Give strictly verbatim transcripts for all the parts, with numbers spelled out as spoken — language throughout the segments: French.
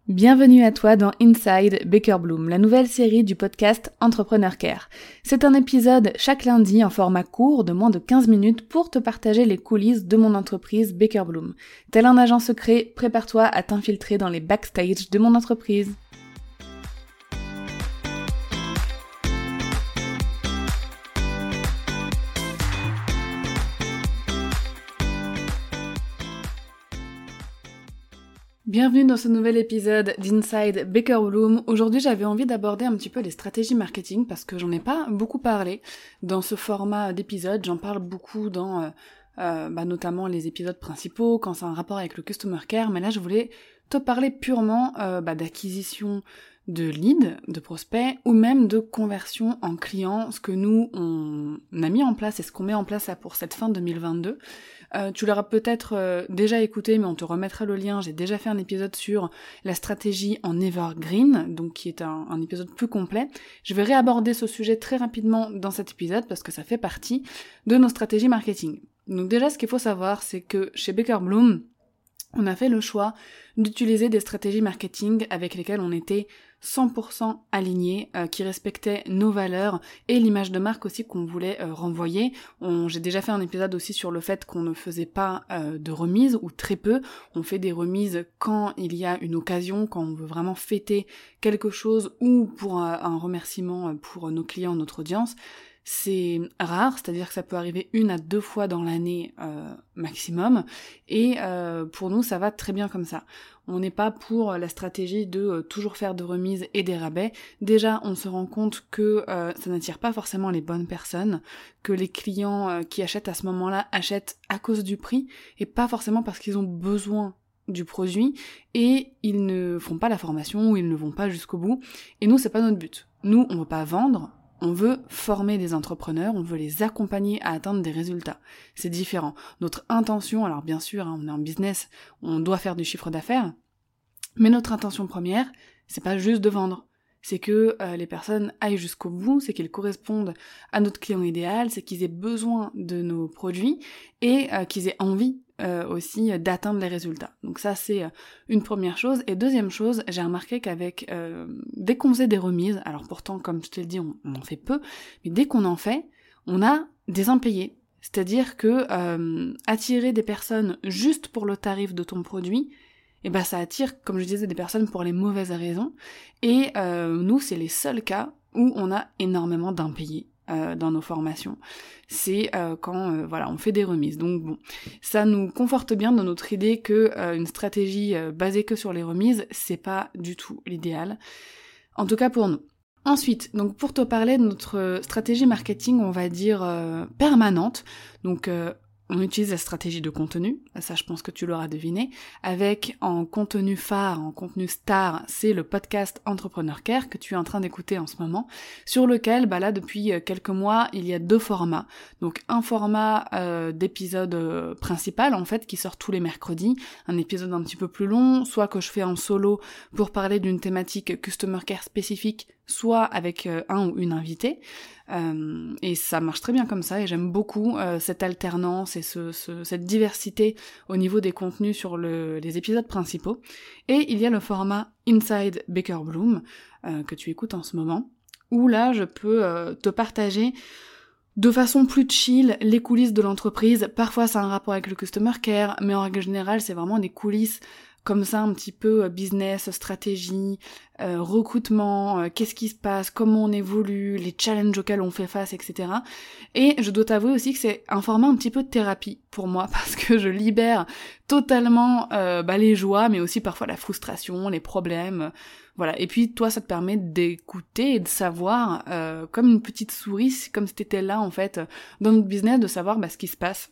Bienvenue à toi dans Inside Baker Bloom, la nouvelle série du podcast Entrepreneur Care. C'est un épisode chaque lundi en format court de moins de quinze minutes pour te partager les coulisses de mon entreprise Baker Bloom. Tel un agent secret, prépare-toi à t'infiltrer dans les backstage de mon entreprise. Bienvenue dans ce nouvel épisode d'Inside Baker Bloom. Aujourd'hui, j'avais envie d'aborder un petit peu les stratégies marketing parce que j'en ai pas beaucoup parlé dans ce format d'épisode. J'en parle beaucoup dans euh, euh, bah, notamment les épisodes principaux quand c'est un rapport avec le Customer Care, mais là je voulais te parler purement euh, bah, d'acquisition de leads, de prospects, ou même de conversion en clients, ce que nous, on a mis en place et ce qu'on met en place là pour cette fin deux mille vingt-deux. Euh, tu l'auras peut-être euh, déjà écouté, mais on te remettra le lien, j'ai déjà fait un épisode sur la stratégie en evergreen, donc qui est un, un épisode plus complet. Je vais réaborder ce sujet très rapidement dans cet épisode, parce que ça fait partie de nos stratégies marketing. Donc déjà, ce qu'il faut savoir, c'est que chez Baker Bloom, on a fait le choix d'utiliser des stratégies marketing avec lesquelles on était cent pour cent alignés, euh, qui respectaient nos valeurs et l'image de marque aussi qu'on voulait euh, renvoyer. On, j'ai déjà fait un épisode aussi sur le fait qu'on ne faisait pas euh, de remises, ou très peu. On fait des remises quand il y a une occasion, quand on veut vraiment fêter quelque chose, ou pour un, un remerciement pour nos clients, notre audience. C'est rare, c'est-à-dire que ça peut arriver une à deux fois dans l'année euh, maximum, et euh, pour nous ça va très bien comme ça. On n'est pas pour la stratégie de euh, toujours faire de remises et des rabais. Déjà, on se rend compte que euh, ça n'attire pas forcément les bonnes personnes, que les clients euh, qui achètent à ce moment-là achètent à cause du prix, et pas forcément parce qu'ils ont besoin du produit, et ils ne font pas la formation, ou ils ne vont pas jusqu'au bout, et nous c'est pas notre but. Nous on veut pas vendre, on veut former des entrepreneurs, on veut les accompagner à atteindre des résultats. C'est différent. Notre intention, alors bien sûr, hein, on est en business, on doit faire du chiffre d'affaires, mais notre intention première, c'est pas juste de vendre. C'est que euh, les personnes aillent jusqu'au bout, c'est qu'ils correspondent à notre client idéal, c'est qu'ils aient besoin de nos produits et euh, qu'ils aient envie euh, aussi d'atteindre les résultats. Donc ça, c'est euh, une première chose. Et deuxième chose, j'ai remarqué qu'avec euh, dès qu'on faisait des remises, alors pourtant, comme je te le dis, on, on en fait peu, mais dès qu'on en fait, on a des impayés. C'est-à-dire que euh, attirer des personnes juste pour le tarif de ton produit, et ben ça attire, comme je disais, des personnes pour les mauvaises raisons, et euh, nous c'est les seuls cas où on a énormément d'impayés euh, dans nos formations. C'est euh, quand euh, voilà on fait des remises. Donc bon, ça nous conforte bien dans notre idée que euh, une stratégie euh, basée que sur les remises, c'est pas du tout l'idéal, en tout cas pour nous. Ensuite, donc pour te parler de notre stratégie marketing, on va dire euh, permanente, donc euh, on utilise la stratégie de contenu, ça je pense que tu l'auras deviné, avec en contenu phare, en contenu star, c'est le podcast Entrepreneur Care que tu es en train d'écouter en ce moment, sur lequel, bah là depuis quelques mois, il y a deux formats. Donc un format euh, d'épisode euh, principal en fait, qui sort tous les mercredis, un épisode un petit peu plus long, soit que je fais en solo pour parler d'une thématique Customer Care spécifique, soit avec euh, un ou une invitée. Euh, et ça marche très bien comme ça, et j'aime beaucoup euh, cette alternance et ce, ce, cette diversité au niveau des contenus sur le, les épisodes principaux. Et il y a le format Inside Baker Bloom euh, que tu écoutes en ce moment, où là je peux euh, te partager de façon plus chill les coulisses de l'entreprise. Parfois c'est un rapport avec le Customer Care, mais en règle générale c'est vraiment des coulisses comme ça, un petit peu business, stratégie, euh, recrutement, euh, qu'est-ce qui se passe, comment on évolue, les challenges auxquels on fait face, et cetera. Et je dois t'avouer aussi que c'est un format un petit peu de thérapie pour moi, parce que je libère totalement euh, bah, les joies, mais aussi parfois la frustration, les problèmes, euh, voilà. Et puis toi, ça te permet d'écouter et de savoir, euh, comme une petite souris, comme si t'étais là en fait, dans notre business, de savoir bah, ce qui se passe.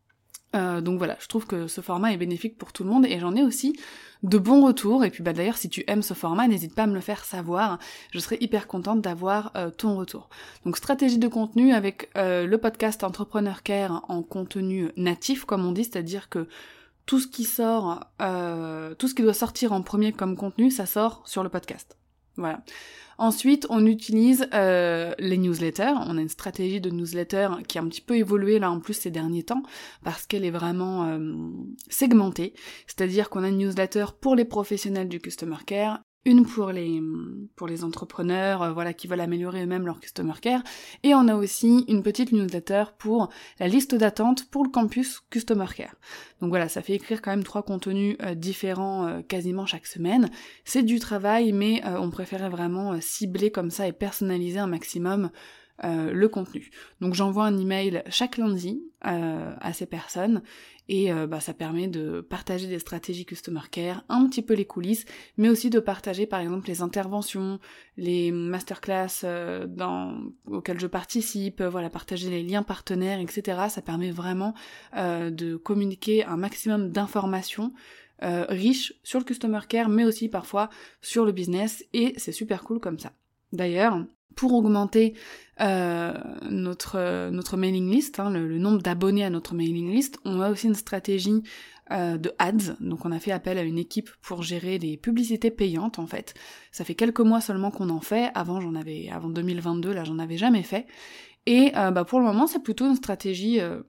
Euh, donc voilà, je trouve que ce format est bénéfique pour tout le monde, et j'en ai aussi de bons retours. Et puis bah d'ailleurs, si tu aimes ce format, n'hésite pas à me le faire savoir, je serais hyper contente d'avoir euh, ton retour. Donc stratégie de contenu avec euh, le podcast Entrepreneur Care en contenu natif, comme on dit, c'est-à-dire que tout ce qui sort, euh, tout ce qui doit sortir en premier comme contenu, ça sort sur le podcast. Voilà. Ensuite, on utilise euh, les newsletters. On a une stratégie de newsletter qui a un petit peu évolué là en plus ces derniers temps parce qu'elle est vraiment euh, segmentée. C'est-à-dire qu'on a une newsletter pour les professionnels du customer care, une pour les pour les entrepreneurs euh, voilà qui veulent améliorer eux-mêmes leur customer care, et on a aussi une petite newsletter pour la liste d'attente pour le campus customer care. Donc voilà, ça fait écrire quand même trois contenus euh, différents euh, quasiment chaque semaine. C'est du travail, mais euh, on préférait vraiment euh, cibler comme ça et personnaliser un maximum Euh, le contenu. Donc j'envoie un email chaque lundi euh, à ces personnes et euh, bah, ça permet de partager des stratégies customer care, un petit peu les coulisses, mais aussi de partager par exemple les interventions, les masterclass euh, dans, auxquelles je participe, euh, voilà, partager les liens partenaires, et cetera. Ça permet vraiment euh, de communiquer un maximum d'informations euh, riches sur le customer care, mais aussi parfois sur le business, et c'est super cool comme ça. D'ailleurs, pour augmenter euh, notre euh, notre mailing list, hein, le, le nombre d'abonnés à notre mailing list, on a aussi une stratégie euh, de ads. Donc on a fait appel à une équipe pour gérer les publicités payantes en fait. Ça fait quelques mois seulement qu'on en fait. Avant j'en avais, avant deux mille vingt-deux, là j'en avais jamais fait. Et euh, bah pour le moment c'est plutôt une stratégie euh,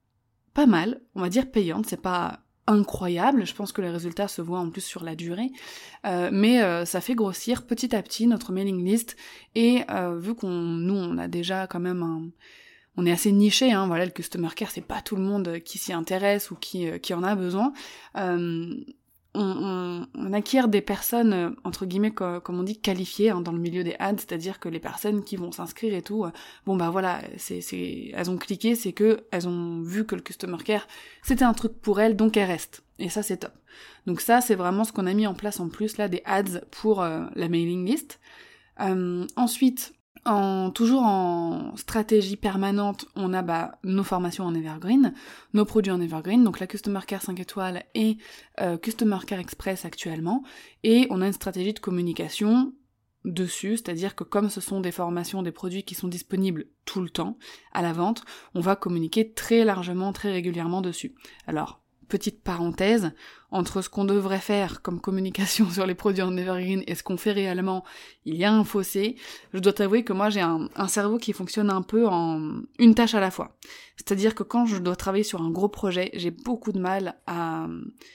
pas mal, on va dire payante. C'est pas incroyable, je pense que les résultats se voient en plus sur la durée, euh, mais euh, ça fait grossir petit à petit notre mailing list, et euh, vu qu'on nous on a déjà quand même un on est assez niché, hein, voilà, le customer care c'est pas tout le monde qui s'y intéresse ou qui euh, qui en a besoin. Euh, On, on, on acquiert des personnes, euh, entre guillemets, co- comme on dit, qualifiées hein, dans le milieu des ads, c'est-à-dire que les personnes qui vont s'inscrire et tout, euh, bon bah voilà, c'est, c'est, elles ont cliqué, c'est que elles ont vu que le customer care, c'était un truc pour elles, donc elles restent. Et ça, c'est top. Donc ça, c'est vraiment ce qu'on a mis en place en plus, là, des ads pour euh, la mailing list. Euh, ensuite, En, toujours en stratégie permanente, on a bah, nos formations en Evergreen, nos produits en Evergreen, donc la Customer Care cinq étoiles et euh, Customer Care Express actuellement, et on a une stratégie de communication dessus, c'est-à-dire que comme ce sont des formations, des produits qui sont disponibles tout le temps à la vente, on va communiquer très largement, très régulièrement dessus. Alors, petite parenthèse, entre ce qu'on devrait faire comme communication sur les produits en Evergreen et ce qu'on fait réellement, il y a un fossé. Je dois t'avouer que moi j'ai un, un cerveau qui fonctionne un peu en une tâche à la fois. C'est-à-dire que quand je dois travailler sur un gros projet, j'ai beaucoup de mal à,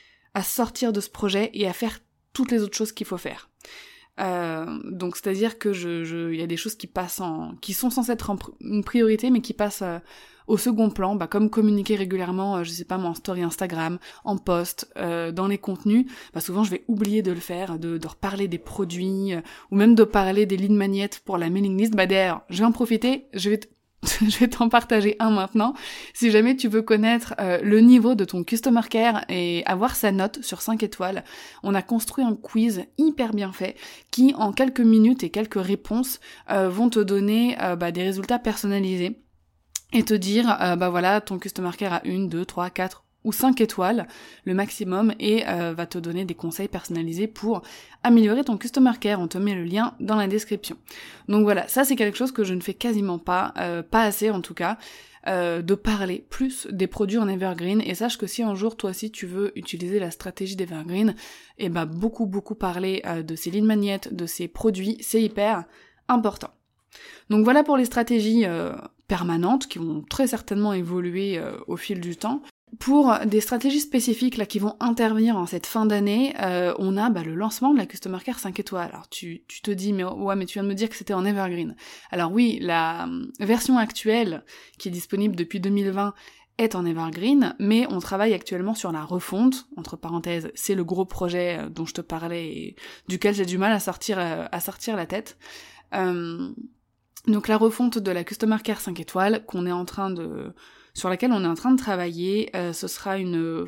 à sortir de ce projet et à faire toutes les autres choses qu'il faut faire. Euh, donc c'est-à-dire que je, je, y a des choses qui passent en, qui sont censées être en pr- une priorité, mais qui passent euh, au second plan, bah, comme communiquer régulièrement, euh, je sais pas moi, en story Instagram, en post, euh, dans les contenus, bah souvent je vais oublier de le faire, de, de reparler des produits, euh, ou même de parler des lignes magnettes pour la mailing list. Bah d'ailleurs, je vais en profiter, je vais t- je vais t'en partager un maintenant. Si jamais tu veux connaître euh, le niveau de ton customer care et avoir sa note sur cinq étoiles, on a construit un quiz hyper bien fait qui, en quelques minutes et quelques réponses, euh, vont te donner euh, bah, des résultats personnalisés et te dire, euh, bah voilà, ton customer care a une, deux, trois, quatre ou cinq étoiles, le maximum, et euh, va te donner des conseils personnalisés pour améliorer ton customer care. On te met le lien dans la description. Donc voilà, ça c'est quelque chose que je ne fais quasiment pas, euh, pas assez en tout cas, euh, de parler plus des produits en Evergreen, et sache que si un jour toi aussi tu veux utiliser la stratégie d'Evergreen, et bah beaucoup beaucoup parler euh, de ces lignes magnettes, de ces produits, c'est hyper important. Donc voilà pour les stratégies euh, permanentes qui vont très certainement évoluer euh, au fil du temps. Pour des stratégies spécifiques là qui vont intervenir en cette fin d'année, euh, on a bah, le lancement de la Customer Care cinq étoiles. Alors tu, tu te dis, mais ouais, mais tu viens de me dire que c'était en Evergreen. Alors oui, la euh, version actuelle qui est disponible depuis deux mille vingt est en Evergreen, mais on travaille actuellement sur la refonte, entre parenthèses, c'est le gros projet dont je te parlais et duquel j'ai du mal à sortir, euh, à sortir la tête. Euh, donc la refonte de la Customer Care cinq étoiles qu'on est en train de... sur laquelle on est en train de travailler, euh, ce sera une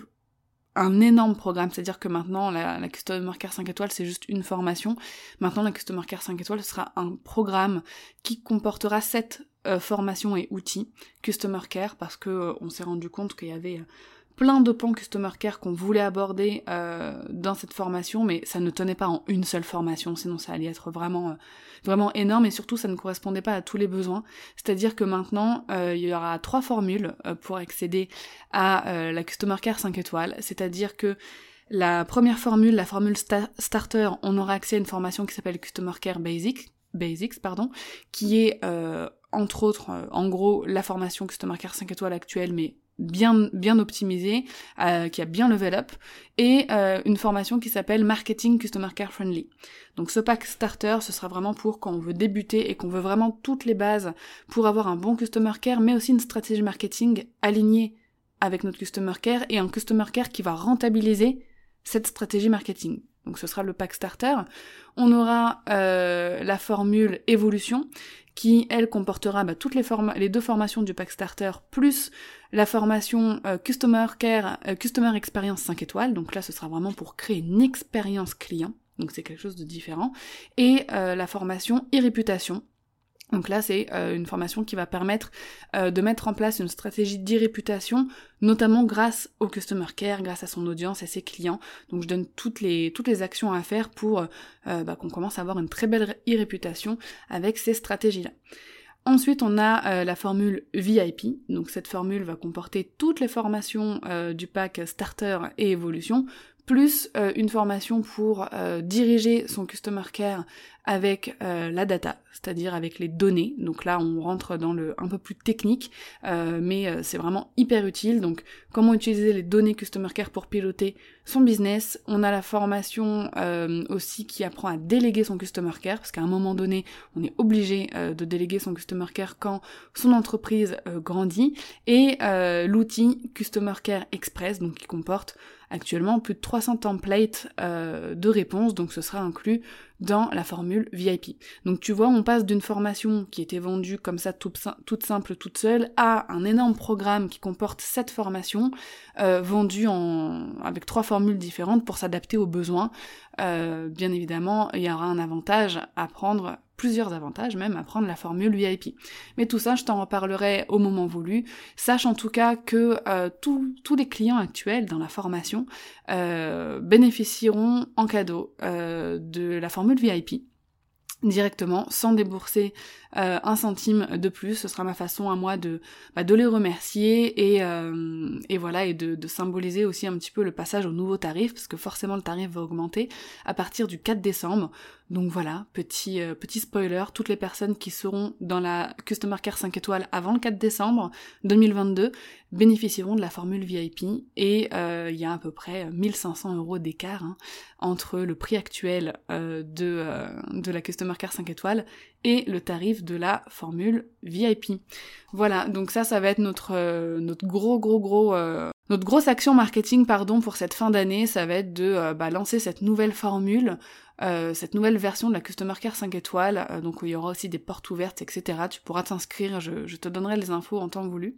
un énorme programme, c'est-à-dire que maintenant la, la Customer Care cinq étoiles c'est juste une formation, maintenant la Customer Care cinq étoiles ce sera un programme qui comportera sept euh, formations et outils Customer Care, parce que euh, on s'est rendu compte qu'il y avait plein de pans Customer Care qu'on voulait aborder euh, dans cette formation, mais ça ne tenait pas en une seule formation, sinon ça allait être vraiment, euh, vraiment énorme, et surtout ça ne correspondait pas à tous les besoins. C'est-à-dire que maintenant, euh, il y aura trois formules euh, pour accéder à euh, la Customer Care cinq étoiles, c'est-à-dire que La première formule, la formule sta- starter, on aura accès à une formation qui s'appelle Customer Care Basics, Basics pardon, qui est euh, entre autres, euh, en gros, la formation Customer Care cinq étoiles actuelle, mais bien bien optimisée, euh, qui a bien level up, et euh, une formation qui s'appelle Marketing Customer Care Friendly. Donc ce pack starter, ce sera vraiment pour quand on veut débuter et qu'on veut vraiment toutes les bases pour avoir un bon Customer Care, mais aussi une stratégie marketing alignée avec notre Customer Care, et un Customer Care qui va rentabiliser cette stratégie marketing. Donc ce sera le pack starter. On aura euh, la formule évolution, qui, elle, comportera bah, toutes les, forma- les deux formations du pack starter, plus la formation euh, Customer Care, euh, Customer Experience cinq étoiles. Donc là, ce sera vraiment pour créer une expérience client. Donc c'est quelque chose de différent. Et euh, la formation e-réputation. Donc là, c'est euh, une formation qui va permettre euh, de mettre en place une stratégie d'e-réputation, notamment grâce au Customer Care, grâce à son audience et ses clients. Donc je donne toutes les toutes les actions à faire pour euh, bah, qu'on commence à avoir une très belle e-réputation avec ces stratégies-là. Ensuite, on a euh, la formule V I P. Donc cette formule va comporter toutes les formations euh, du pack Starter et Évolution, plus euh, une formation pour euh, diriger son Customer Care avec euh, la data, c'est-à-dire avec les données. Donc là, on rentre dans le un peu plus technique, euh, mais euh, c'est vraiment hyper utile. Donc, comment utiliser les données Customer Care pour piloter son business. On a la formation euh, aussi qui apprend à déléguer son Customer Care, parce qu'à un moment donné, on est obligé euh, de déléguer son Customer Care quand son entreprise euh, grandit. Et euh, l'outil Customer Care Express, donc qui comporte actuellement plus de trois cents templates euh, de réponses, donc ce sera inclus dans la formule V I P. Donc tu vois, on passe d'une formation qui était vendue comme ça tout, toute simple, toute seule, à un énorme programme qui comporte sept formations, euh, vendues en... avec trois formules différentes pour s'adapter aux besoins. Euh, bien évidemment, il y aura un avantage à prendre, plusieurs avantages même, à prendre la formule V I P. Mais tout ça, je t'en reparlerai au moment voulu. Sache en tout cas que euh, tous les clients actuels dans la formation euh, bénéficieront en cadeau euh, de la formule V I P directement, sans débourser euh, un centime de plus. Ce sera ma façon à moi de, bah, de les remercier et, euh, et voilà, et de, de symboliser aussi un petit peu le passage au nouveau tarif, parce que forcément le tarif va augmenter à partir du quatre décembre. Donc voilà, petit euh, petit spoiler, toutes les personnes qui seront dans la Customer Care cinq étoiles avant le quatre décembre deux mille vingt-deux bénéficieront de la formule V I P, et euh, il y a à peu près mille cinq cents euros d'écart hein, entre le prix actuel euh, de, euh, de la Customer Care cinq étoiles et le tarif de la formule V I P. Voilà, donc ça, ça va être notre, euh, notre gros gros gros... Euh, notre grosse action marketing pardon pour cette fin d'année, ça va être de euh, bah, lancer cette nouvelle formule, euh, cette nouvelle version de la Customer Care cinq étoiles, euh, donc où il y aura aussi des portes ouvertes, et cetera. Tu pourras t'inscrire, je, je te donnerai les infos en temps voulu.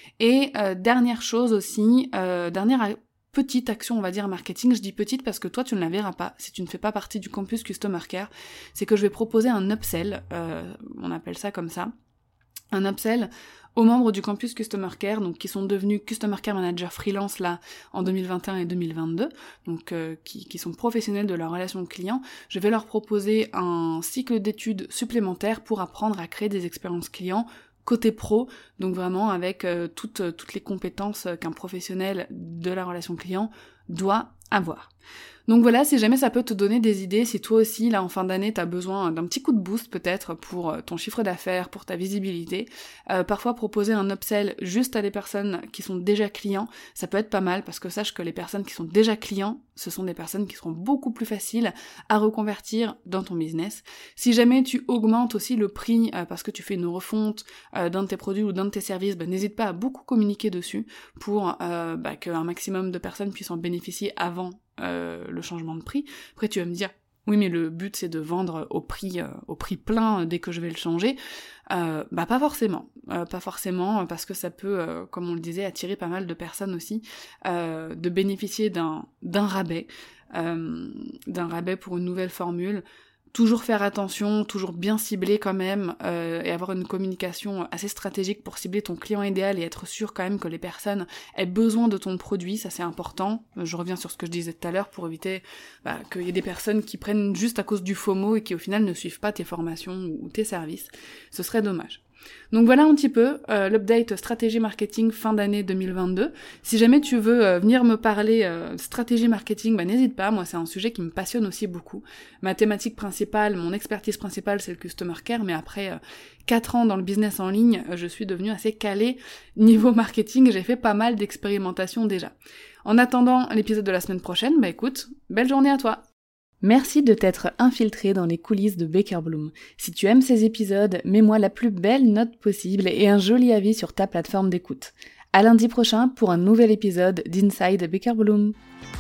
Et euh, dernière chose aussi, euh, dernière a- petite action on va dire marketing, je dis petite parce que toi tu ne la verras pas si tu ne fais pas partie du campus Customer Care, c'est que je vais proposer un upsell, euh, on appelle ça comme ça, un upsell aux membres du campus Customer Care, donc qui sont devenus Customer Care Manager freelance là en deux mille vingt et un et deux mille vingt-deux, donc euh, qui, qui sont professionnels de leur relation client. Je vais leur proposer un cycle d'études supplémentaires pour apprendre à créer des expériences clients côté pro, donc vraiment avec euh, toutes, toutes les compétences qu'un professionnel de la relation client doit avoir. Donc voilà, si jamais ça peut te donner des idées, si toi aussi, là, en fin d'année, t'as besoin d'un petit coup de boost peut-être pour ton chiffre d'affaires, pour ta visibilité, euh, parfois proposer un upsell juste à des personnes qui sont déjà clients, ça peut être pas mal, parce que sache que les personnes qui sont déjà clients, ce sont des personnes qui seront beaucoup plus faciles à reconvertir dans ton business. Si jamais tu augmentes aussi le prix, euh, parce que tu fais une refonte euh, d'un de tes produits ou d'un de tes services, bah, n'hésite pas à beaucoup communiquer dessus pour euh, bah, qu'un maximum de personnes puissent en bénéficier avant Euh, le changement de prix. Après tu vas me dire oui mais le but c'est de vendre au prix euh, au prix plein dès que je vais le changer. Euh, bah pas forcément, euh, pas forcément parce que ça peut, euh, comme on le disait, attirer pas mal de personnes aussi, euh, de bénéficier d'un d'un rabais, euh, d'un rabais pour une nouvelle formule. Toujours faire attention, toujours bien cibler quand même, euh, et avoir une communication assez stratégique pour cibler ton client idéal et être sûr quand même que les personnes aient besoin de ton produit, ça c'est important. Je reviens sur ce que je disais tout à l'heure pour éviter bah, qu'il y ait des personnes qui prennent juste à cause du FOMO et qui au final ne suivent pas tes formations ou tes services. Ce serait dommage. Donc voilà un petit peu euh, l'update stratégie marketing fin d'année deux mille vingt-deux. Si jamais tu veux euh, venir me parler euh, stratégie marketing, bah n'hésite pas, moi c'est un sujet qui me passionne aussi beaucoup. Ma thématique principale, mon expertise principale c'est le customer care, mais après euh, quatre ans dans le business en ligne, euh, je suis devenue assez calée niveau marketing, j'ai fait pas mal d'expérimentations déjà. En attendant l'épisode de la semaine prochaine, bah écoute, belle journée à toi. Merci de t'être infiltré dans les coulisses de Baker Bloom. Si tu aimes ces épisodes, mets-moi la plus belle note possible et un joli avis sur ta plateforme d'écoute. À lundi prochain pour un nouvel épisode d'Inside Baker Bloom.